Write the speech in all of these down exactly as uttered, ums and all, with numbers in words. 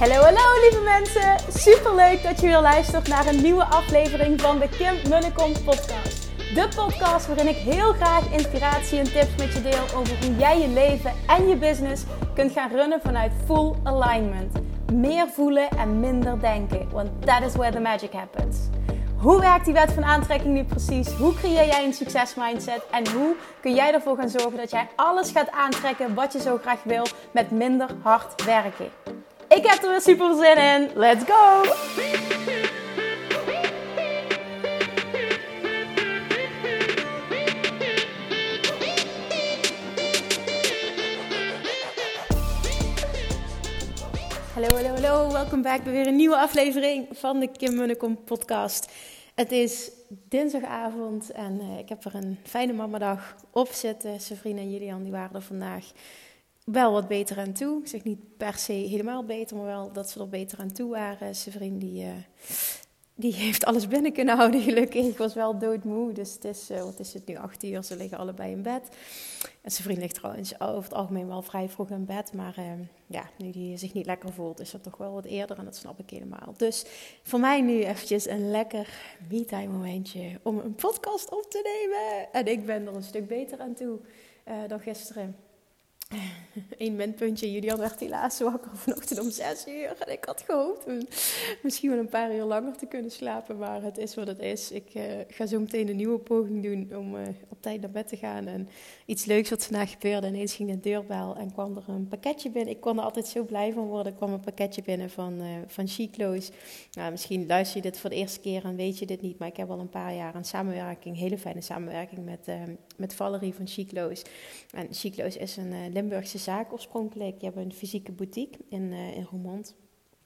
Hallo, hallo lieve mensen. Superleuk dat je weer luistert naar een nieuwe aflevering van de Kim Munnekom podcast. De podcast waarin ik heel graag inspiratie en tips met je deel over hoe jij je leven en je business kunt gaan runnen vanuit full alignment. Meer voelen en minder denken, want that is where the magic happens. Hoe werkt die wet van aantrekking nu precies? Hoe creëer jij een succesmindset? En hoe kun jij ervoor gaan zorgen dat jij alles gaat aantrekken wat je zo graag wil met minder hard werken? Ik heb er weer super zin in. Let's go! Hallo, hallo, hallo. Welkom back bij weer een nieuwe aflevering van de Kim Munnekom podcast. Het is dinsdagavond en uh, ik heb er een fijne mamadag op zitten. Sefrien en Julian die waren er vandaag wel wat beter aan toe. Ik zeg niet per se helemaal beter, maar wel dat ze er beter aan toe waren. Severian die, uh, die heeft alles binnen kunnen houden gelukkig. Ik was wel doodmoe, dus het is, uh, wat is het nu, acht uur. Ze liggen allebei in bed. En Severian ligt trouwens over het algemeen wel vrij vroeg in bed. Maar uh, ja, nu die zich niet lekker voelt, is dat toch wel wat eerder. En dat snap ik helemaal. Dus voor mij nu eventjes een lekker me-time momentje om een podcast op te nemen. En ik ben er een stuk beter aan toe uh, dan gisteren. Eén minpuntje, Julian werd helaas wakker vanochtend om zes uur. En ik had gehoopt misschien wel een paar uur langer te kunnen slapen. Maar het is wat het is. Ik uh, ga zo meteen een nieuwe poging doen om uh, op tijd naar bed te gaan. En iets leuks wat vandaag gebeurde. Ineens ging de deurbel en kwam er een pakketje binnen. Ik kon er altijd zo blij van worden. Er kwam een pakketje binnen van, uh, van Chiclo's. Nou, misschien luister je dit voor de eerste keer en weet je dit niet. Maar ik heb al een paar jaar een samenwerking, hele fijne samenwerking met, uh, met Valerie van Chiclo's. En Chiclo's is een uh, Limburgse zaak oorspronkelijk. Je hebt een fysieke boutique in, uh, in Roermond.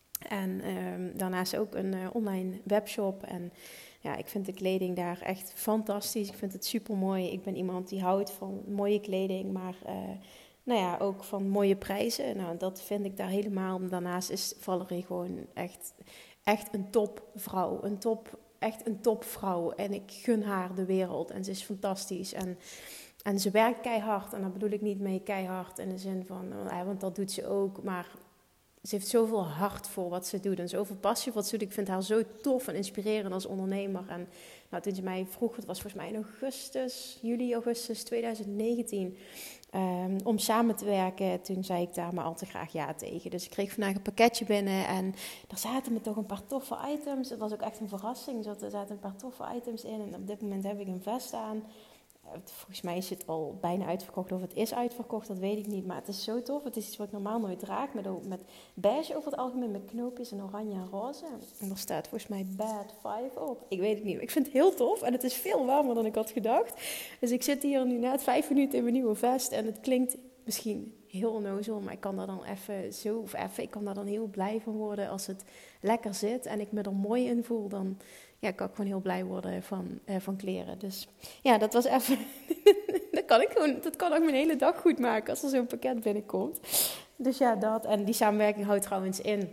En um, daarnaast ook een uh, online webshop. En ja, ik vind de kleding daar echt fantastisch. Ik vind het super mooi. Ik ben iemand die houdt van mooie kleding, maar uh, nou ja, ook van mooie prijzen. Nou, dat vind ik daar helemaal. Daarnaast is Valerie gewoon echt, echt een topvrouw. Een top, echt een topvrouw. En ik gun haar de wereld. En ze is fantastisch. En En ze werkt keihard. En daar bedoel ik niet mee keihard in de zin van, want dat doet ze ook. Maar ze heeft zoveel hart voor wat ze doet. En zoveel passie voor wat ze doet. Ik vind haar zo tof en inspirerend als ondernemer. En nou, toen ze mij vroeg, het was volgens mij in augustus, juli, augustus twintig negentien. Um, om samen te werken. Toen zei ik daar maar al te graag ja tegen. Dus ik kreeg vandaag een pakketje binnen. En daar zaten me toch een paar toffe items. Het was ook echt een verrassing. Er zaten een paar toffe items in. En op dit moment heb ik een vest aan. Volgens mij is het al bijna uitverkocht, of het is uitverkocht, dat weet ik niet. Maar het is zo tof. Het is iets wat ik normaal nooit draag. Met, met beige over het algemeen, met knoopjes en oranje en roze. En er staat volgens mij Bad Five op. Ik weet het niet. Ik vind het heel tof. En het is veel warmer dan ik had gedacht. Dus ik zit hier nu net vijf minuten in mijn nieuwe vest. En het klinkt misschien heel onnozel, maar ik kan daar dan even zo, of even, ik kan daar dan heel blij van worden als het lekker zit. En ik me er mooi in voel, dan ja, kan ik gewoon heel blij worden van, eh, van kleren. Dus ja, dat was even, dat kan ik gewoon, dat kan ook mijn hele dag goed maken als er zo'n pakket binnenkomt. Dus ja, dat. En die samenwerking houdt trouwens in.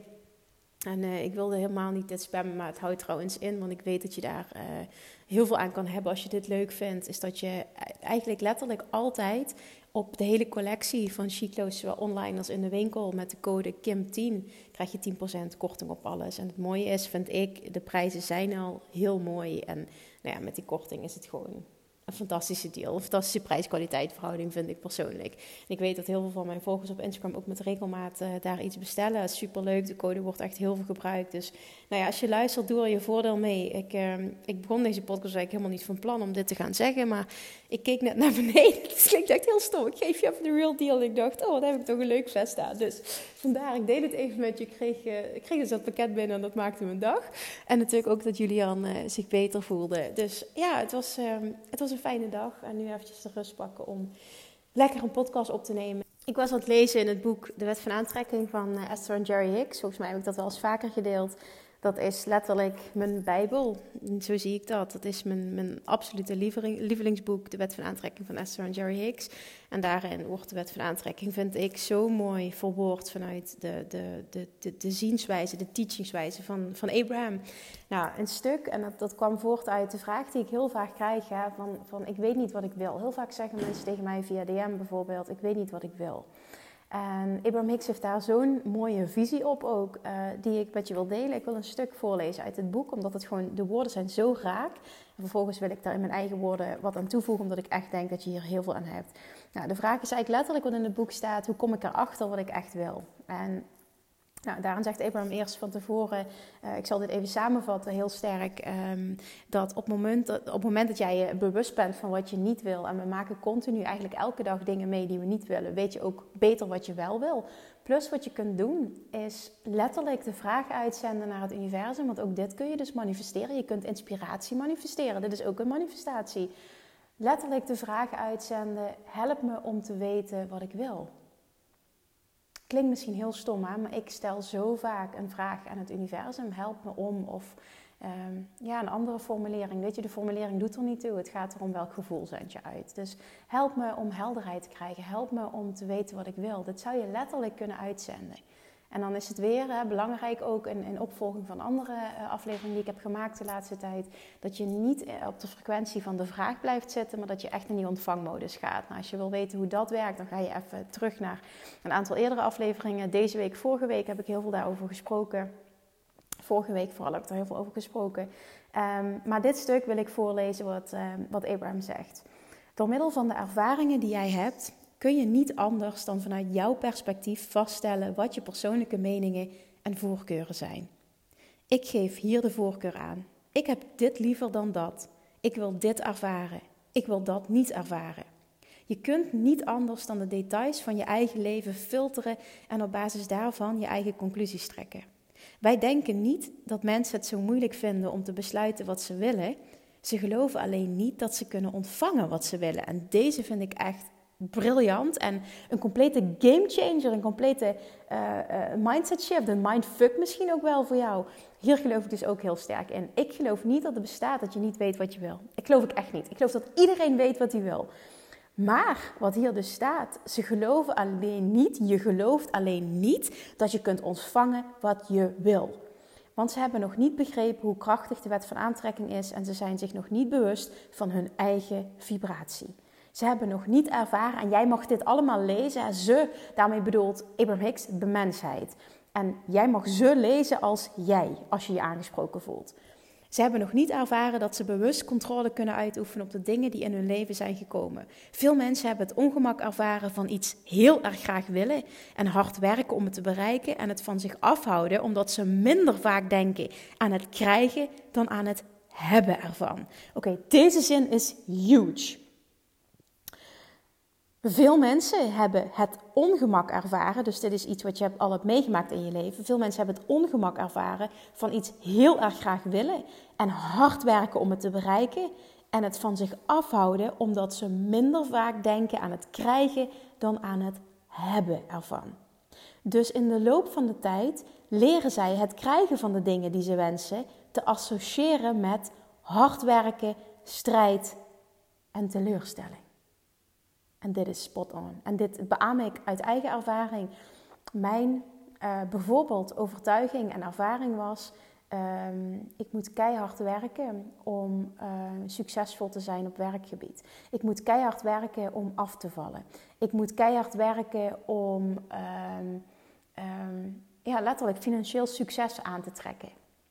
En uh, ik wilde helemaal niet dit spammen, maar het houdt trouwens in. Want ik weet dat je daar uh, heel veel aan kan hebben als je dit leuk vindt. Is dat je eigenlijk letterlijk altijd op de hele collectie van Chiclo's, zowel online als in de winkel, met de code Kim tien krijg je tien procent korting op alles. En het mooie is, vind ik, de prijzen zijn al heel mooi. En nou ja, met die korting is het gewoon een fantastische deal. Een fantastische prijs-kwaliteit verhouding vind ik persoonlijk. En ik weet dat heel veel van mijn volgers op Instagram ook met regelmaat uh, daar iets bestellen. Dat is superleuk. De code wordt echt heel veel gebruikt. Dus nou ja, als je luistert, doe er je voordeel mee. Ik, uh, ik begon deze podcast eigenlijk helemaal niet van plan om dit te gaan zeggen. Maar ik keek net naar beneden. Het klinkt echt heel stom. Ik geef je even de real deal. En ik dacht, oh, wat heb ik toch een leuk vest aan. Dus vandaar, ik deed het even met je. Ik kreeg, uh, ik kreeg dus dat pakket binnen en dat maakte mijn dag. En natuurlijk ook dat Julian uh, zich beter voelde. Dus ja, het was, uh, het was een fijne dag. En nu eventjes de rust pakken om lekker een podcast op te nemen. Ik was aan het lezen in het boek De Wet van Aantrekking van uh, Esther en Jerry Hicks. Volgens mij heb ik dat wel eens vaker gedeeld. Dat is letterlijk mijn Bijbel. Zo zie ik dat. Dat is mijn, mijn absolute lievelingsboek, De Wet van Aantrekking van Esther en Jerry Hicks. En daarin wordt de Wet van Aantrekking, vind ik, zo mooi verwoord vanuit de, de, de, de, de zienswijze, de teachingswijze van, van Abraham. Nou, een stuk, en dat, dat kwam voort uit de vraag die ik heel vaak krijg, hè, van, van ik weet niet wat ik wil. Heel vaak zeggen mensen tegen mij via D M bijvoorbeeld, ik weet niet wat ik wil. En Abraham Hicks heeft daar zo'n mooie visie op ook, uh, die ik met je wil delen. Ik wil een stuk voorlezen uit het boek, omdat het gewoon, de woorden zijn zo raak. En vervolgens wil ik daar in mijn eigen woorden wat aan toevoegen, omdat ik echt denk dat je hier heel veel aan hebt. Nou, de vraag is eigenlijk letterlijk wat in het boek staat: hoe kom ik erachter wat ik echt wil? En nou, daarin zegt Abraham eerst van tevoren, uh, ik zal dit even samenvatten heel sterk, um, dat op het, moment, dat op het moment dat jij je bewust bent van wat je niet wil, en we maken continu eigenlijk elke dag dingen mee die we niet willen, weet je ook beter wat je wel wil. Plus wat je kunt doen is letterlijk de vraag uitzenden naar het universum, want ook dit kun je dus manifesteren. Je kunt inspiratie manifesteren, dit is ook een manifestatie. Letterlijk de vraag uitzenden, help me om te weten wat ik wil. Klinkt misschien heel stom, hè? Maar ik stel zo vaak een vraag aan het universum. Help me om, of um, ja, een andere formulering. Weet je, de formulering doet er niet toe. Het gaat erom welk gevoel zend je uit. Dus help me om helderheid te krijgen. Help me om te weten wat ik wil. Dat zou je letterlijk kunnen uitzenden. En dan is het weer hè, belangrijk ook in, in opvolging van andere uh, afleveringen die ik heb gemaakt de laatste tijd, dat je niet op de frequentie van de vraag blijft zitten, maar dat je echt in die ontvangmodus gaat. Nou, als je wil weten hoe dat werkt, dan ga je even terug naar een aantal eerdere afleveringen. Deze week, vorige week heb ik heel veel daarover gesproken. Vorige week vooral heb ik er heel veel over gesproken. Um, maar dit stuk wil ik voorlezen wat, uh, wat Abraham zegt. Door middel van de ervaringen die jij hebt, kun je niet anders dan vanuit jouw perspectief vaststellen wat je persoonlijke meningen en voorkeuren zijn. Ik geef hier de voorkeur aan. Ik heb dit liever dan dat. Ik wil dit ervaren. Ik wil dat niet ervaren. Je kunt niet anders dan de details van je eigen leven filteren en op basis daarvan je eigen conclusies trekken. Wij denken niet dat mensen het zo moeilijk vinden om te besluiten wat ze willen. Ze geloven alleen niet dat ze kunnen ontvangen wat ze willen. En deze vind ik echt briljant en een complete gamechanger, een complete uh, uh, mindset shift, een mindfuck misschien ook wel voor jou. Hier geloof ik dus ook heel sterk in. Ik geloof niet dat er bestaat dat je niet weet wat je wil. Ik geloof ik echt niet. Ik geloof dat iedereen weet wat hij wil. Maar wat hier dus staat, ze geloven alleen niet, je gelooft alleen niet dat je kunt ontvangen wat je wil. Want ze hebben nog niet begrepen hoe krachtig de wet van aantrekking is en ze zijn zich nog niet bewust van hun eigen vibratie. Ze hebben nog niet ervaren, en jij mag dit allemaal lezen. Ze, daarmee bedoelt Abraham Hicks de mensheid. En jij mag ze lezen als jij, als je je aangesproken voelt. Ze hebben nog niet ervaren dat ze bewust controle kunnen uitoefenen op de dingen die in hun leven zijn gekomen. Veel mensen hebben het ongemak ervaren van iets heel erg graag willen en hard werken om het te bereiken en het van zich afhouden, omdat ze minder vaak denken aan het krijgen dan aan het hebben ervan. Oké, okay, deze zin is huge. Veel mensen hebben het ongemak ervaren, dus dit is iets wat je hebt, al hebt meegemaakt in je leven. Veel mensen hebben het ongemak ervaren van iets heel erg graag willen en hard werken om het te bereiken. En het van zich afhouden omdat ze minder vaak denken aan het krijgen dan aan het hebben ervan. Dus in de loop van de tijd leren zij het krijgen van de dingen die ze wensen te associëren met hard werken, strijd en teleurstelling. En dit is spot on. En dit beaam ik uit eigen ervaring. Mijn uh, bijvoorbeeld overtuiging en ervaring was, Um, ik moet keihard werken om uh, succesvol te zijn op werkgebied. Ik moet keihard werken om af te vallen. Ik moet keihard werken om um, um, ja, letterlijk financieel succes aan te trekken.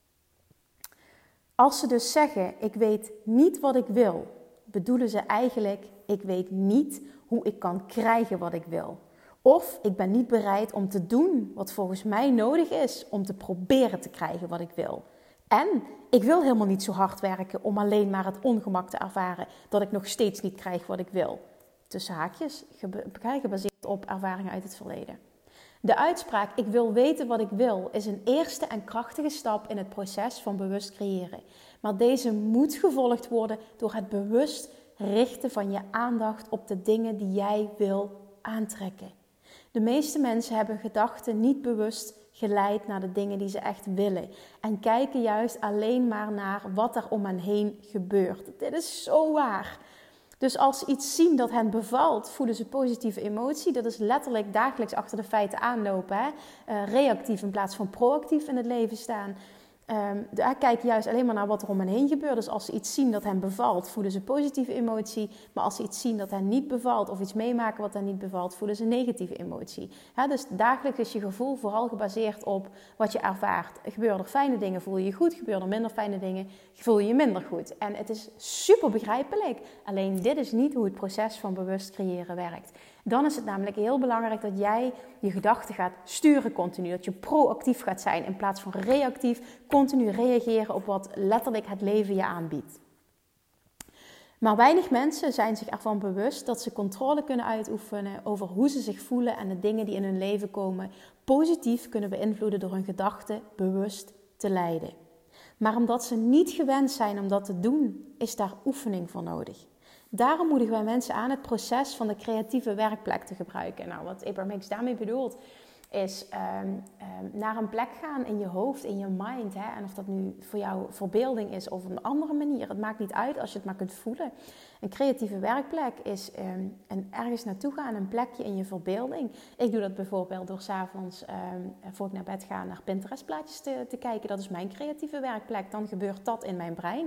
Als ze dus zeggen, ik weet niet wat ik wil, bedoelen ze eigenlijk, ik weet niet hoe ik kan krijgen wat ik wil. Of ik ben niet bereid om te doen wat volgens mij nodig is om te proberen te krijgen wat ik wil. En ik wil helemaal niet zo hard werken om alleen maar het ongemak te ervaren dat ik nog steeds niet krijg wat ik wil. Tussen haakjes, gebaseerd op ervaringen uit het verleden. De uitspraak, ik wil weten wat ik wil, is een eerste en krachtige stap in het proces van bewust creëren. Maar deze moet gevolgd worden door het bewust richten van je aandacht op de dingen die jij wil aantrekken. De meeste mensen hebben gedachten niet bewust geleid naar de dingen die ze echt willen. En kijken juist alleen maar naar wat er om hen heen gebeurt. Dit is zo waar. Dus als ze iets zien dat hen bevalt, voelen ze positieve emotie. Dat is letterlijk dagelijks achter de feiten aanlopen. Hè? Uh, reactief in plaats van proactief in het leven staan. Um, daar kijken juist alleen maar naar wat er om hen heen gebeurt. Dus als ze iets zien dat hen bevalt, voelen ze positieve emotie. Maar als ze iets zien dat hen niet bevalt of iets meemaken wat hen niet bevalt, voelen ze negatieve emotie. He, dus dagelijks is je gevoel vooral gebaseerd op wat je ervaart. Gebeuren er fijne dingen, voel je je goed. Gebeuren er minder fijne dingen, voel je je minder goed. En het is super begrijpelijk. Alleen dit is niet hoe het proces van bewust creëren werkt. Dan is het namelijk heel belangrijk dat jij je gedachten gaat sturen continu. Dat je proactief gaat zijn in plaats van reactief. Continu reageren op wat letterlijk het leven je aanbiedt. Maar weinig mensen zijn zich ervan bewust dat ze controle kunnen uitoefenen over hoe ze zich voelen en de dingen die in hun leven komen positief kunnen beïnvloeden door hun gedachten bewust te leiden. Maar omdat ze niet gewend zijn om dat te doen, is daar oefening voor nodig. Daarom moedigen wij mensen aan het proces van de creatieve werkplek te gebruiken. Nou, wat Abraham Hicks daarmee bedoelt, is um, um, naar een plek gaan in je hoofd, in je mind. Hè? En of dat nu voor jou verbeelding is of een andere manier. Het maakt niet uit als je het maar kunt voelen. Een creatieve werkplek is um, een ergens naartoe gaan, een plekje in je verbeelding. Ik doe dat bijvoorbeeld door 's avonds, um, voor ik naar bed ga, naar Pinterest plaatjes te, te kijken. Dat is mijn creatieve werkplek. Dan gebeurt dat in mijn brein.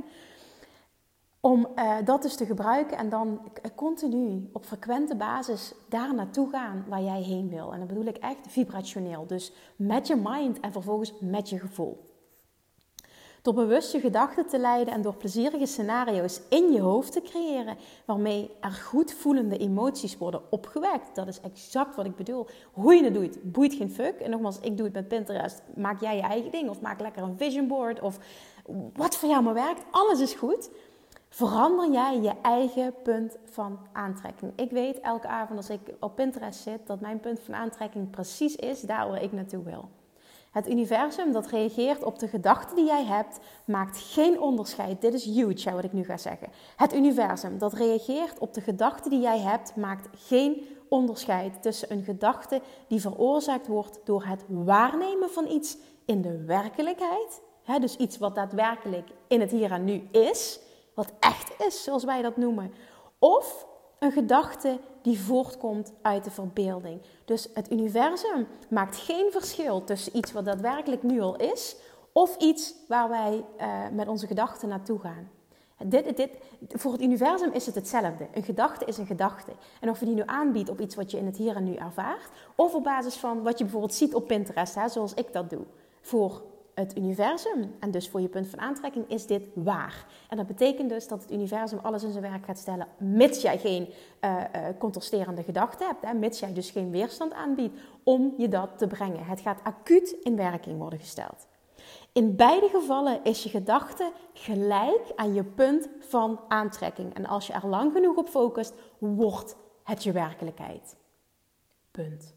Om uh, dat dus te gebruiken en dan continu op frequente basis daar naartoe gaan waar jij heen wil. En dat bedoel ik echt vibrationeel. Dus met je mind en vervolgens met je gevoel. Door bewust je gedachten te leiden en door plezierige scenario's in je hoofd te creëren, waarmee er goed voelende emoties worden opgewekt. Dat is exact wat ik bedoel. Hoe je het doet, boeit geen fuck. En nogmaals, ik doe het met Pinterest. Maak jij je eigen ding of maak lekker een vision board of wat voor jou maar werkt. Alles is goed. Verander jij je eigen punt van aantrekking. Ik weet elke avond als ik op Pinterest zit dat mijn punt van aantrekking precies is daar waar ik naartoe wil. Het universum dat reageert op de gedachten die jij hebt, maakt geen onderscheid. Dit is huge, wat ik nu ga zeggen. Het universum dat reageert op de gedachten die jij hebt, maakt geen onderscheid tussen een gedachte die veroorzaakt wordt door het waarnemen van iets in de werkelijkheid. Hè, dus iets wat daadwerkelijk in het hier en nu is, wat echt is, zoals wij dat noemen. Of een gedachte die voortkomt uit de verbeelding. Dus het universum maakt geen verschil tussen iets wat daadwerkelijk nu al is, of iets waar wij uh, met onze gedachten naartoe gaan. Dit, dit, voor het universum is het hetzelfde. Een gedachte is een gedachte. En of je die nu aanbiedt op iets wat je in het hier en nu ervaart, of op basis van wat je bijvoorbeeld ziet op Pinterest, hè, zoals ik dat doe, voor het universum en dus voor je punt van aantrekking is dit waar. En dat betekent dus dat het universum alles in zijn werk gaat stellen, mits jij geen uh, uh, contrasterende gedachten hebt, hè, mits jij dus geen weerstand aanbiedt om je dat te brengen. Het gaat acuut in werking worden gesteld. In beide gevallen is je gedachte gelijk aan je punt van aantrekking. En als je er lang genoeg op focust, wordt het je werkelijkheid. Punt.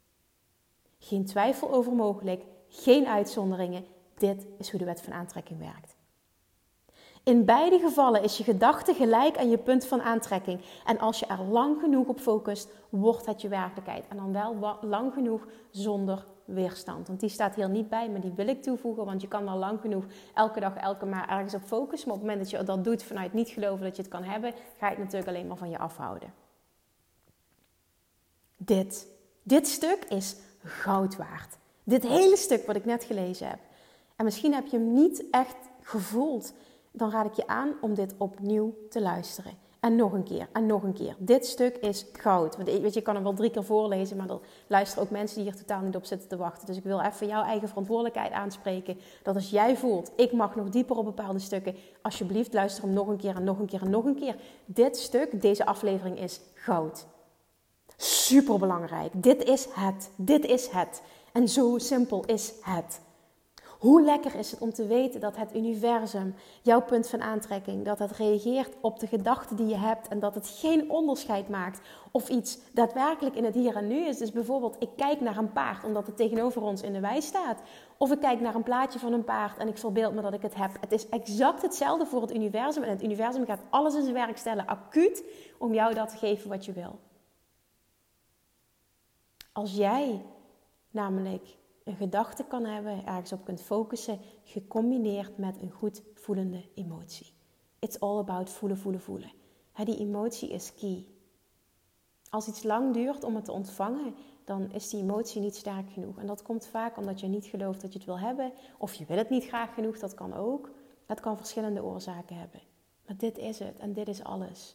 Geen twijfel over mogelijk. Geen uitzonderingen. Dit is hoe de wet van aantrekking werkt. In beide gevallen is je gedachte gelijk aan je punt van aantrekking. En als je er lang genoeg op focust, wordt het je werkelijkheid. En dan wel lang genoeg zonder weerstand. Want die staat hier niet bij, maar die wil ik toevoegen. Want je kan wel lang genoeg elke dag, elke maand ergens op focussen. Maar op het moment dat je dat doet vanuit niet geloven dat je het kan hebben, ga je het natuurlijk alleen maar van je afhouden. Dit, dit stuk is goud waard. Dit hele stuk wat ik net gelezen heb. En misschien heb je hem niet echt gevoeld. Dan raad ik je aan om dit opnieuw te luisteren. En nog een keer, en nog een keer. Dit stuk is goud. Want weet je, je kan hem wel drie keer voorlezen, maar er luisteren ook mensen die hier totaal niet op zitten te wachten. Dus ik wil even jouw eigen verantwoordelijkheid aanspreken. Dat als jij voelt, ik mag nog dieper op bepaalde stukken, alsjeblieft luister hem nog een keer en nog een keer en nog een keer. Dit stuk, deze aflevering is goud. Superbelangrijk. Dit is het. Dit is het. En zo simpel is het. Hoe lekker is het om te weten dat het universum, jouw punt van aantrekking, dat het reageert op de gedachten die je hebt en dat het geen onderscheid maakt of iets daadwerkelijk in het hier en nu is. Dus bijvoorbeeld, ik kijk naar een paard omdat het tegenover ons in de wei staat. Of ik kijk naar een plaatje van een paard en ik verbeeld me dat ik het heb. Het is exact hetzelfde voor het universum en het universum gaat alles in zijn werk stellen, acuut, om jou dat te geven wat je wil. Als jij namelijk een gedachte kan hebben, ergens op kunt focussen, gecombineerd met een goed voelende emotie. It's all about voelen, voelen, voelen. He, die emotie is key. Als iets lang duurt om het te ontvangen, dan is die emotie niet sterk genoeg. En dat komt vaak omdat je niet gelooft dat je het wil hebben. Of je wil het niet graag genoeg, dat kan ook. Het kan verschillende oorzaken hebben. Maar dit is het en dit is alles.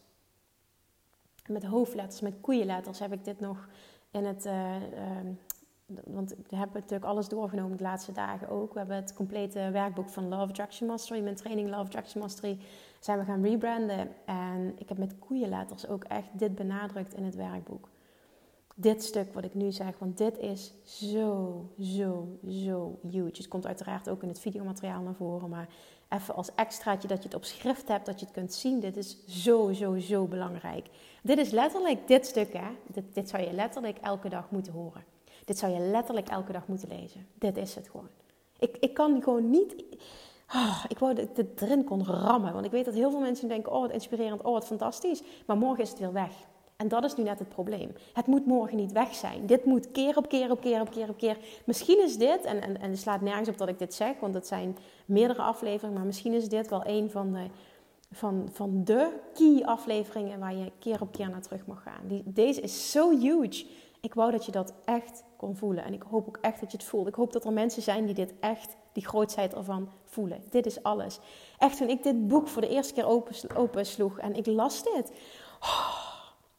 Met hoofdletters, met koeienletters heb ik dit nog in het... Uh, uh, want we hebben natuurlijk alles doorgenomen de laatste dagen ook. We hebben het complete werkboek van Law of Attraction Mastery, mijn training Law of Attraction Mastery, zijn we gaan rebranden. En ik heb met koeienletters ook echt dit benadrukt in het werkboek. Dit stuk wat ik nu zeg, want dit is zo, zo, zo huge. Het komt uiteraard ook in het videomateriaal naar voren, maar even als extraatje dat je het op schrift hebt, dat je het kunt zien. Dit is zo, zo, zo belangrijk. Dit is letterlijk dit stuk, hè. Dit, dit zou je letterlijk elke dag moeten horen. Dit zou je letterlijk elke dag moeten lezen. Dit is het gewoon. Ik, ik kan gewoon niet... Oh, ik wou dat ik dit erin kon rammen. Want ik weet dat heel veel mensen denken... Oh, wat inspirerend. Oh, wat fantastisch. Maar morgen is het weer weg. En dat is nu net het probleem. Het moet morgen niet weg zijn. Dit moet keer op keer op keer op keer op keer. Misschien is dit... En, en, en het slaat nergens op dat ik dit zeg. Want het zijn meerdere afleveringen. Maar misschien is dit wel een van de... Van, van de key afleveringen waar je keer op keer naar terug mag gaan. Die, deze is zo huge. Ik wou dat je dat echt kon voelen. En ik hoop ook echt dat je het voelt. Ik hoop dat er mensen zijn die dit echt, die grootheid ervan voelen. Dit is alles. Echt, toen ik dit boek voor de eerste keer open, open sloeg en ik las dit. Oh,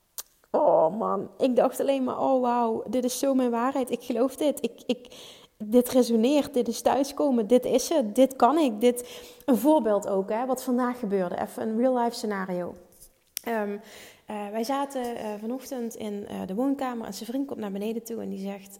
oh man, ik dacht alleen maar, oh wauw, dit is zo mijn waarheid. Ik geloof dit. Ik, ik, dit resoneert, dit is thuiskomen, dit is het, dit kan ik. Dit. Een voorbeeld ook, hè, wat vandaag gebeurde. Even een real life scenario. Um, uh, wij zaten uh, vanochtend in uh, de woonkamer en zijn vriend komt naar beneden toe en die zegt...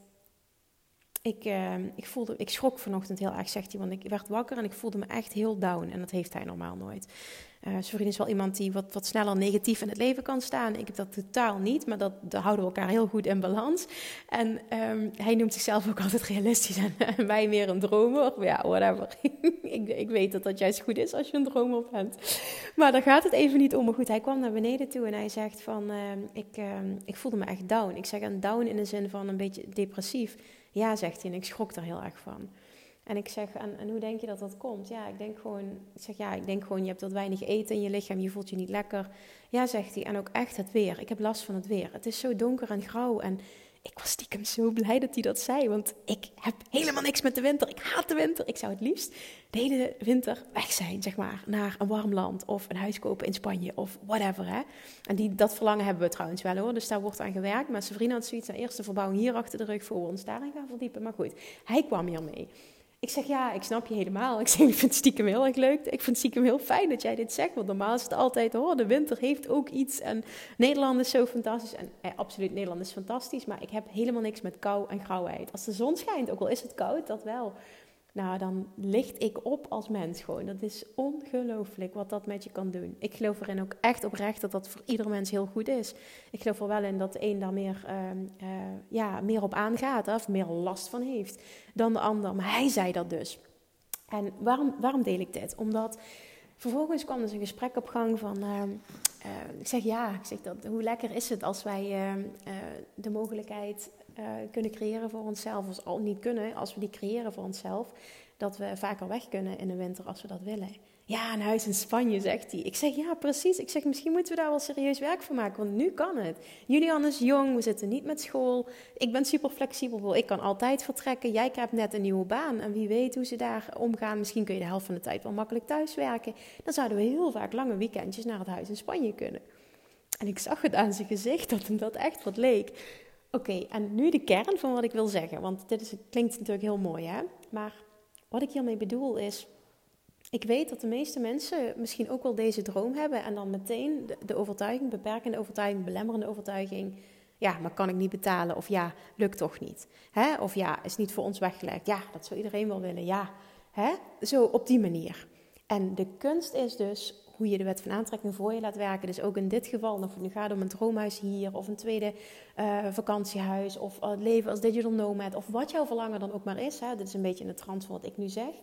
Ik, uh, ik, voelde, ik schrok vanochtend heel erg, zegt hij, want ik werd wakker en ik voelde me echt heel down. En dat heeft hij normaal nooit. Uh, zijn vriend is wel iemand die wat, wat sneller negatief in het leven kan staan. Ik heb dat totaal niet, maar dat, dat houden we elkaar heel goed in balans. En um, hij noemt zichzelf ook altijd realistisch en, en wij meer een dromer. Ja, whatever. ik, ik weet dat dat juist goed is als je een dromer bent. Maar daar gaat het even niet om. Maar goed, hij kwam naar beneden toe en hij zegt van, uh, ik, uh, ik voelde me echt down. Ik zeg een down in de zin van een beetje depressief. Ja, zegt hij, en ik schrok er heel erg van. En ik zeg, en, en hoe denk je dat dat komt? Ja, ik denk gewoon, ik zeg, ja, ik denk gewoon, je hebt wat weinig eten in je lichaam, je voelt je niet lekker. Ja, zegt hij, en ook echt het weer. Ik heb last van het weer. Het is zo donker en grauw en ik was stiekem zo blij dat hij dat zei, want ik heb helemaal niks met de winter. Ik haat de winter. Ik zou het liefst de hele winter weg zijn, zeg maar, naar een warm land of een huis kopen in Spanje of whatever, hè. En die, dat verlangen hebben we trouwens wel, hoor. Dus daar wordt aan gewerkt. Maar zijn vriend had zoiets, zijn eerste verbouwing hier achter de rug voor we ons daarin gaan verdiepen. Maar goed, hij kwam hier mee. Ik zeg, ja, ik snap je helemaal. Ik zeg, ik vind het stiekem heel erg leuk. Ik vind het stiekem heel fijn dat jij dit zegt. Want normaal is het altijd, oh, de winter heeft ook iets. En Nederland is zo fantastisch. En eh, absoluut, Nederland is fantastisch. Maar ik heb helemaal niks met kou en grauwheid. Als de zon schijnt, ook al is het koud, dat wel. Nou, dan licht ik op als mens gewoon. Dat is ongelooflijk wat dat met je kan doen. Ik geloof erin ook echt oprecht dat dat voor ieder mens heel goed is. Ik geloof er wel in dat de een daar meer, uh, uh, ja, meer op aangaat, of meer last van heeft dan de ander. Maar hij zei dat dus. En waarom, waarom deel ik dit? Omdat vervolgens kwam dus een gesprek op gang van... Uh, uh, ik zeg ja, ik zeg dat, hoe lekker is het als wij uh, uh, de mogelijkheid... Uh, kunnen creëren voor onszelf, of al niet kunnen, als we die creëren voor onszelf, dat we vaker weg kunnen in de winter als we dat willen. Ja, een huis in Spanje, zegt hij. Ik zeg, ja, precies. Ik zeg, misschien moeten we daar wel serieus werk van maken, want nu kan het. Julian is jong, we zitten niet met school. Ik ben super flexibel, ik kan altijd vertrekken. Jij hebt net een nieuwe baan en wie weet hoe ze daar omgaan. Misschien kun je de helft van de tijd wel makkelijk thuiswerken. Dan zouden we heel vaak lange weekendjes naar het huis in Spanje kunnen. En ik zag het aan zijn gezicht dat hem dat echt wat leek. Oké, okay, en nu de kern van wat ik wil zeggen. Want dit is, klinkt natuurlijk heel mooi, hè? Maar wat ik hiermee bedoel is... Ik weet dat de meeste mensen misschien ook wel deze droom hebben... en dan meteen de, de overtuiging, beperkende overtuiging, belemmerende overtuiging... ja, maar kan ik niet betalen of ja, lukt toch niet. Hè? Of ja, is niet voor ons weggelegd. Ja, dat zou iedereen wel willen, ja. Hè? Zo op die manier. En de kunst is dus... hoe je de wet van aantrekking voor je laat werken. Dus ook in dit geval, of het nu gaat om een droomhuis hier... of een tweede uh, vakantiehuis... of het leven als digital nomad... of wat jouw verlangen dan ook maar is. Hè, dit is een beetje in de trant van wat ik nu zeg.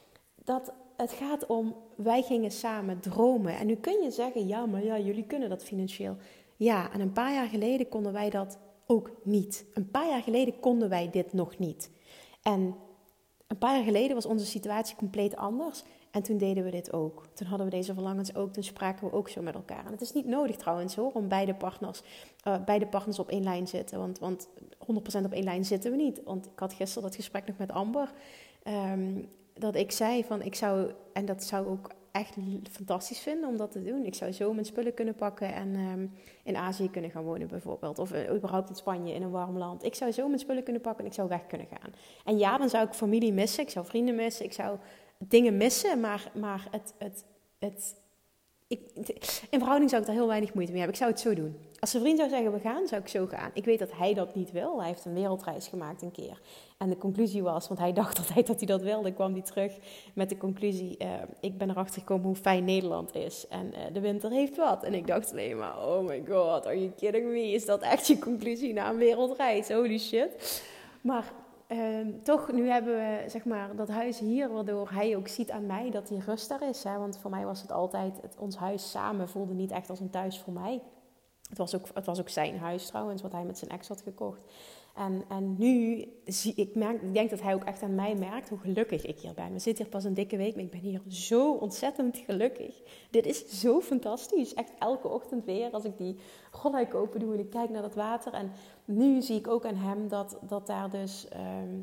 Dat het gaat om, wij gingen samen dromen. En nu kun je zeggen, ja, maar ja, jullie kunnen dat financieel. Ja, en een paar jaar geleden konden wij dat ook niet. Een paar jaar geleden konden wij dit nog niet. En een paar jaar geleden was onze situatie compleet anders... En toen deden we dit ook. Toen hadden we deze verlangens ook. Toen spraken we ook zo met elkaar. En het is niet nodig trouwens hoor, om beide partners, uh, beide partners op één lijn te zitten. Want, want honderd procent op één lijn zitten we niet. Want ik had gisteren dat gesprek nog met Amber. Um, dat ik zei van ik zou, en dat zou ik ook echt fantastisch vinden om dat te doen. Ik zou zo mijn spullen kunnen pakken en um, in Azië kunnen gaan wonen bijvoorbeeld. Of uh, überhaupt in Spanje, in een warm land. Ik zou zo mijn spullen kunnen pakken en ik zou weg kunnen gaan. En ja, dan zou ik familie missen. Ik zou vrienden missen. Ik zou dingen missen. Maar, maar het... het, het Ik, in verhouding zou ik daar heel weinig moeite mee hebben. Ik zou het zo doen. Als een vriend zou zeggen, we gaan, zou ik zo gaan. Ik weet dat hij dat niet wil. Hij heeft een wereldreis gemaakt een keer. En de conclusie was, want hij dacht altijd dat hij dat wilde, kwam hij terug met de conclusie, uh, ik ben erachter gekomen hoe fijn Nederland is. En uh, de winter heeft wat. En ik dacht alleen maar, oh my god, are you kidding me? Is dat echt je conclusie na een wereldreis? Holy shit. Maar... Uh, toch, nu hebben we zeg maar dat huis hier, waardoor hij ook ziet aan mij dat die rust daar is. Hè? Want voor mij was het altijd, het, ons huis samen voelde niet echt als een thuis voor mij. Het was ook, het was ook zijn huis trouwens, wat hij met zijn ex had gekocht. En, en nu zie ik, merk, ik denk dat hij ook echt aan mij merkt hoe gelukkig ik hier ben. We zitten hier pas een dikke week, maar ik ben hier zo ontzettend gelukkig. Dit is zo fantastisch. Echt elke ochtend weer als ik die rolluik open doe en ik kijk naar dat water. En nu zie ik ook aan hem dat, dat daar dus um,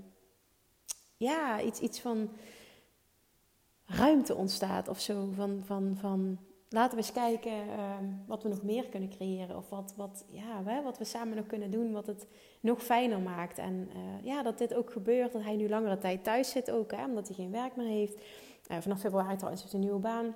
ja, iets, iets van ruimte ontstaat of zo. Van... van, van laten we eens kijken uh, wat we nog meer kunnen creëren. Of wat, wat, ja, hè, wat we samen nog kunnen doen. Wat het nog fijner maakt. En uh, ja, dat dit ook gebeurt. Dat hij nu langere tijd thuis zit ook. Hè, omdat hij geen werk meer heeft. Uh, vanaf februari trouwens heeft hij een nieuwe baan.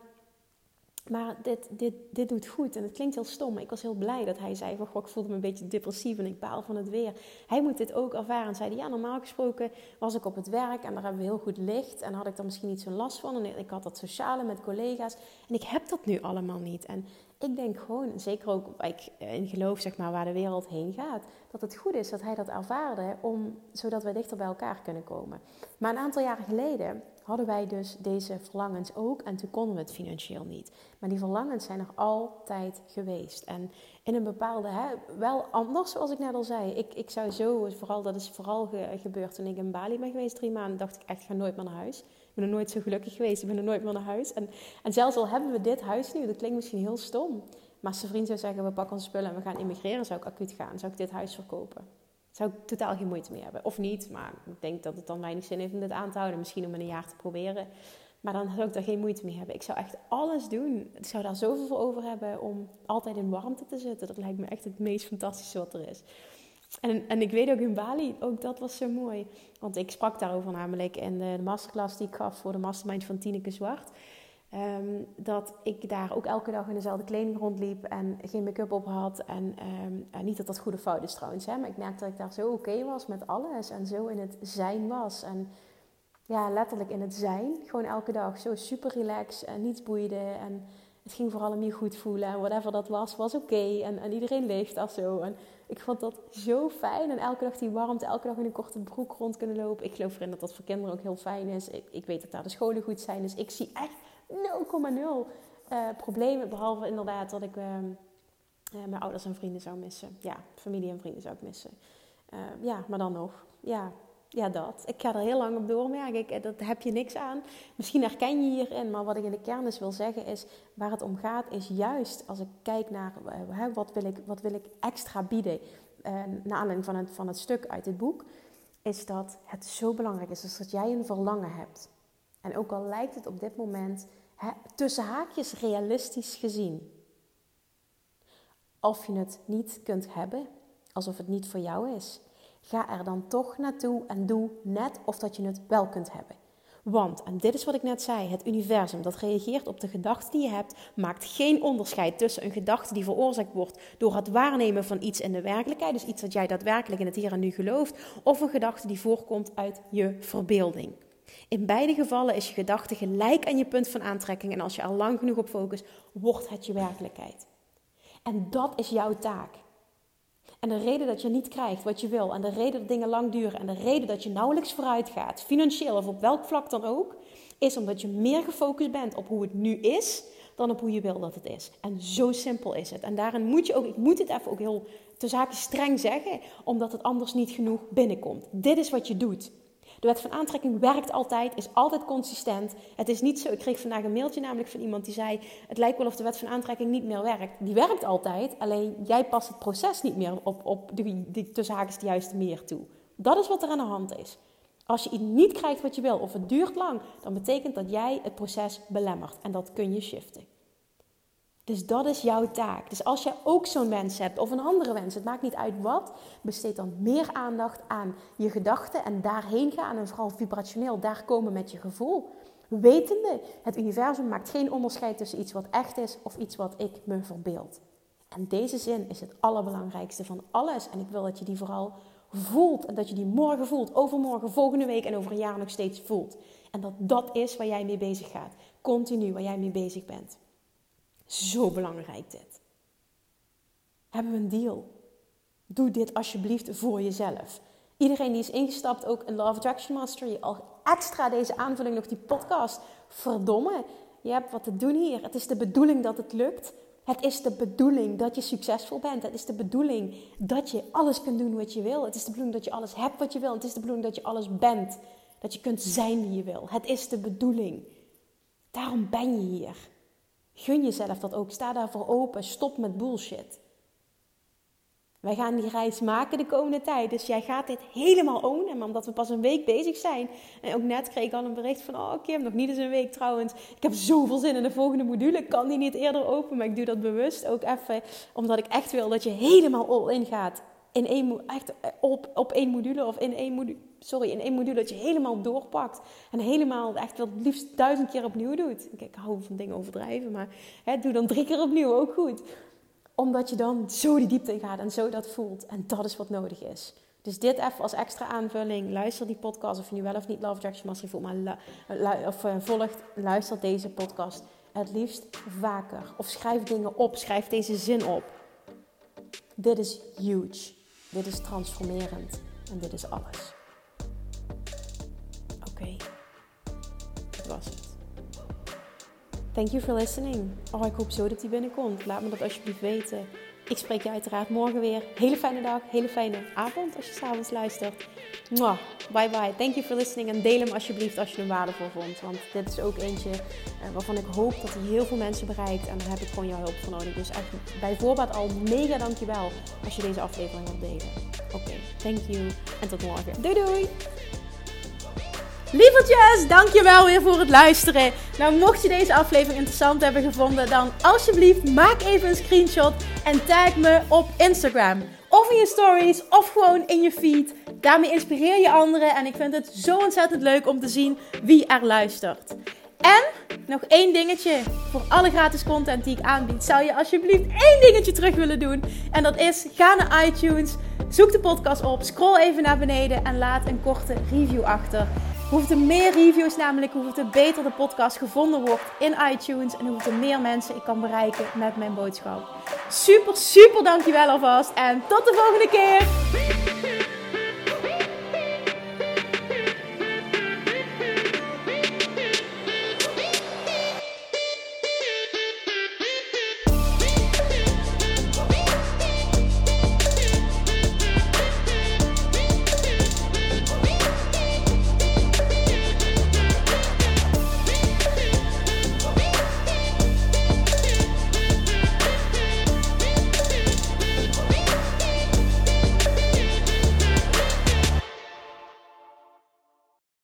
Maar dit, dit, dit doet goed. En het klinkt heel stom. Maar ik was heel blij dat hij zei van, goh, ik voelde me een beetje depressief. En ik baal van het weer. Hij moet dit ook ervaren. En zei, ja, normaal gesproken was ik op het werk. En daar hebben we heel goed licht. En had ik er misschien niet zo'n last van. En ik had dat sociale met collega's. En ik heb dat nu allemaal niet. En ik denk gewoon, zeker ook waar ik in geloof, zeg maar, waar de wereld heen gaat. Dat het goed is dat hij dat ervaarde. Om, zodat wij dichter bij elkaar kunnen komen. Maar een aantal jaren geleden hadden wij dus deze verlangens ook. En toen konden we het financieel niet. Maar die verlangens zijn er altijd geweest. En in een bepaalde, hè, wel anders zoals ik net al zei. Ik, ik zou zo, vooral, dat is vooral ge, gebeurd toen ik in Bali ben geweest. Drie maanden dacht ik echt, ik ga nooit meer naar huis. Ik ben er nooit zo gelukkig geweest. Ik ben er nooit meer naar huis. En, en zelfs al hebben we dit huis nu, dat klinkt misschien heel stom. Maar als zijn vriend zou zeggen, we pakken onze spullen en we gaan immigreren, zou ik acuut gaan. Zou ik dit huis verkopen. Zou ik totaal geen moeite mee hebben. Of niet, maar ik denk dat het dan weinig zin heeft om dit aan te houden. Misschien om een jaar te proberen. Maar dan zou ik daar geen moeite mee hebben. Ik zou echt alles doen. Ik zou daar zoveel voor over hebben om altijd in warmte te zitten. Dat lijkt me echt het meest fantastische wat er is. En, en ik weet ook in Bali, ook dat was zo mooi. Want ik sprak daarover namelijk in de masterclass die ik gaf voor de mastermind van Tineke Zwart. Um, dat ik daar ook elke dag in dezelfde kleding rondliep en geen make-up op had. En, um, en niet dat dat goede fout is trouwens, hè, maar ik merkte dat ik daar zo oké okay was met alles. En zo in het zijn was. En ja, letterlijk in het zijn. Gewoon elke dag zo super relaxed en niets boeide. En het ging vooral om je goed voelen. En whatever dat was, was oké. Okay. En, en iedereen leeft daar zo. En ik vond dat zo fijn. En elke dag die warmte, elke dag in een korte broek rond kunnen lopen. Ik geloof erin dat dat voor kinderen ook heel fijn is. Ik, ik weet dat daar de scholen goed zijn. Dus ik zie echt nul komma nul uh, problemen. Behalve inderdaad dat ik uh, uh, mijn ouders en vrienden zou missen. Ja, familie en vrienden zou ik missen. Uh, ja, maar dan nog. Ja, ja, dat. Ik ga er heel lang op doormerken. Ik, dat heb je niks aan. Misschien herken je hierin. Maar wat ik in de kern dus wil zeggen is, waar het om gaat is juist als ik kijk naar uh, wat, wil ik, wat wil ik extra bieden. Uh, naar aanleiding van het, van het stuk uit het boek. Is dat het zo belangrijk is. Dus dat jij een verlangen hebt. En ook al lijkt het op dit moment, hè, tussen haakjes realistisch gezien. Of je het niet kunt hebben, alsof het niet voor jou is. Ga er dan toch naartoe en doe net of dat je het wel kunt hebben. Want, en dit is wat ik net zei, het universum dat reageert op de gedachte die je hebt, maakt geen onderscheid tussen een gedachte die veroorzaakt wordt door het waarnemen van iets in de werkelijkheid, dus iets dat jij daadwerkelijk in het hier en nu gelooft, of een gedachte die voorkomt uit je verbeelding. In beide gevallen is je gedachte gelijk aan je punt van aantrekking en als je er lang genoeg op focust, wordt het je werkelijkheid. En dat is jouw taak. En de reden dat je niet krijgt wat je wil en de reden dat dingen lang duren en de reden dat je nauwelijks vooruit gaat, financieel of op welk vlak dan ook, is omdat je meer gefocust bent op hoe het nu is dan op hoe je wil dat het is. En zo simpel is het. En daarin moet je ook, ik moet het even ook heel te zaken streng zeggen, omdat het anders niet genoeg binnenkomt. Dit is wat je doet. De wet van aantrekking werkt altijd, is altijd consistent. Het is niet zo, ik kreeg vandaag een mailtje namelijk van iemand die zei, het lijkt wel of de wet van aantrekking niet meer werkt. Die werkt altijd, alleen jij past het proces niet meer op, op de, de, tussen haakjes de juiste manier toe. Dat is wat er aan de hand is. Als je niet krijgt wat je wil of het duurt lang, dan betekent dat jij het proces belemmert. En dat kun je shiften. Dus dat is jouw taak. Dus als jij ook zo'n wens hebt of een andere wens, het maakt niet uit wat, besteed dan meer aandacht aan je gedachten en daarheen gaan en vooral vibrationeel daar komen met je gevoel. Wetende, het universum maakt geen onderscheid tussen iets wat echt is of iets wat ik me verbeeld. En deze zin is het allerbelangrijkste van alles en ik wil dat je die vooral voelt en dat je die morgen voelt, overmorgen, volgende week en over een jaar nog steeds voelt. En dat dat is waar jij mee bezig gaat. Continu waar jij mee bezig bent. Zo belangrijk dit. Hebben we een deal? Doe dit alsjeblieft voor jezelf. Iedereen die is ingestapt, ook in Law of Attraction Mastery, al extra deze aanvulling nog die podcast. Verdomme, je hebt wat te doen hier. Het is de bedoeling dat het lukt. Het is de bedoeling dat je succesvol bent. Het is de bedoeling dat je alles kunt doen wat je wil. Het is de bedoeling dat je alles hebt wat je wil. Het is de bedoeling dat je alles bent. Dat je kunt zijn wie je wil. Het is de bedoeling. Daarom ben je hier. Gun jezelf dat ook. Sta daarvoor open. Stop met bullshit. Wij gaan die reis maken de komende tijd. Dus jij gaat dit helemaal ownen. Maar omdat we pas een week bezig zijn. En ook net kreeg ik al een bericht van... Oh Kim, nog niet eens een week trouwens. Ik heb zoveel zin in de volgende module. Ik kan die niet eerder open. Maar ik doe dat bewust ook even. Omdat ik echt wil dat je helemaal all in gaat. In één, echt op, op één module. Of in één module. Sorry, in één module. Dat je helemaal doorpakt. En helemaal echt wel het liefst duizend keer opnieuw doet. Kijk, ik hou van dingen overdrijven. Maar hè, doe dan drie keer opnieuw. Ook goed. Omdat je dan zo die diepte in gaat en zo dat voelt. En dat is wat nodig is. Dus dit even als extra aanvulling. Luister die podcast of je nu wel of niet Law of Attraction Mastery voelt. Maar lu- lu- of, uh, volgt, luister deze podcast het liefst vaker. Of schrijf dingen op. Schrijf deze zin op. Dit is huge. Dit is transformerend. En dit is alles. Oké. Okay. Dat was het. Thank you for listening. Oh, ik hoop zo dat die binnenkomt. Laat me dat alsjeblieft weten. Ik spreek je uiteraard morgen weer. Hele fijne dag, hele fijne avond als je 's avonds luistert. Mwah. Bye bye. Thank you for listening. En deel hem alsjeblieft als je hem waardevol vond. Want dit is ook eentje uh, waarvan ik hoop dat hij heel veel mensen bereikt. En daar heb ik gewoon jouw hulp voor nodig. Dus echt bij voorbaat al mega dankjewel als je deze aflevering wilt delen. Oké, okay, thank you. En tot morgen. Doei doei! Lievertjes, dankjewel weer voor het luisteren. Nou, mocht je deze aflevering interessant hebben gevonden, dan alsjeblieft maak even een screenshot en tag me op Instagram. Of in je stories, of gewoon in je feed. Daarmee inspireer je anderen en ik vind het zo ontzettend leuk om te zien wie er luistert. En nog één dingetje voor alle gratis content die ik aanbied. Zou je alsjeblieft één dingetje terug willen doen? En dat is, ga naar iTunes, zoek de podcast op, scroll even naar beneden en laat een korte review achter. Hoeveel meer reviews namelijk, hoeveel beter de podcast gevonden wordt in iTunes. En hoeveel meer mensen ik kan bereiken met mijn boodschap. Super, super dankjewel alvast. En tot de volgende keer.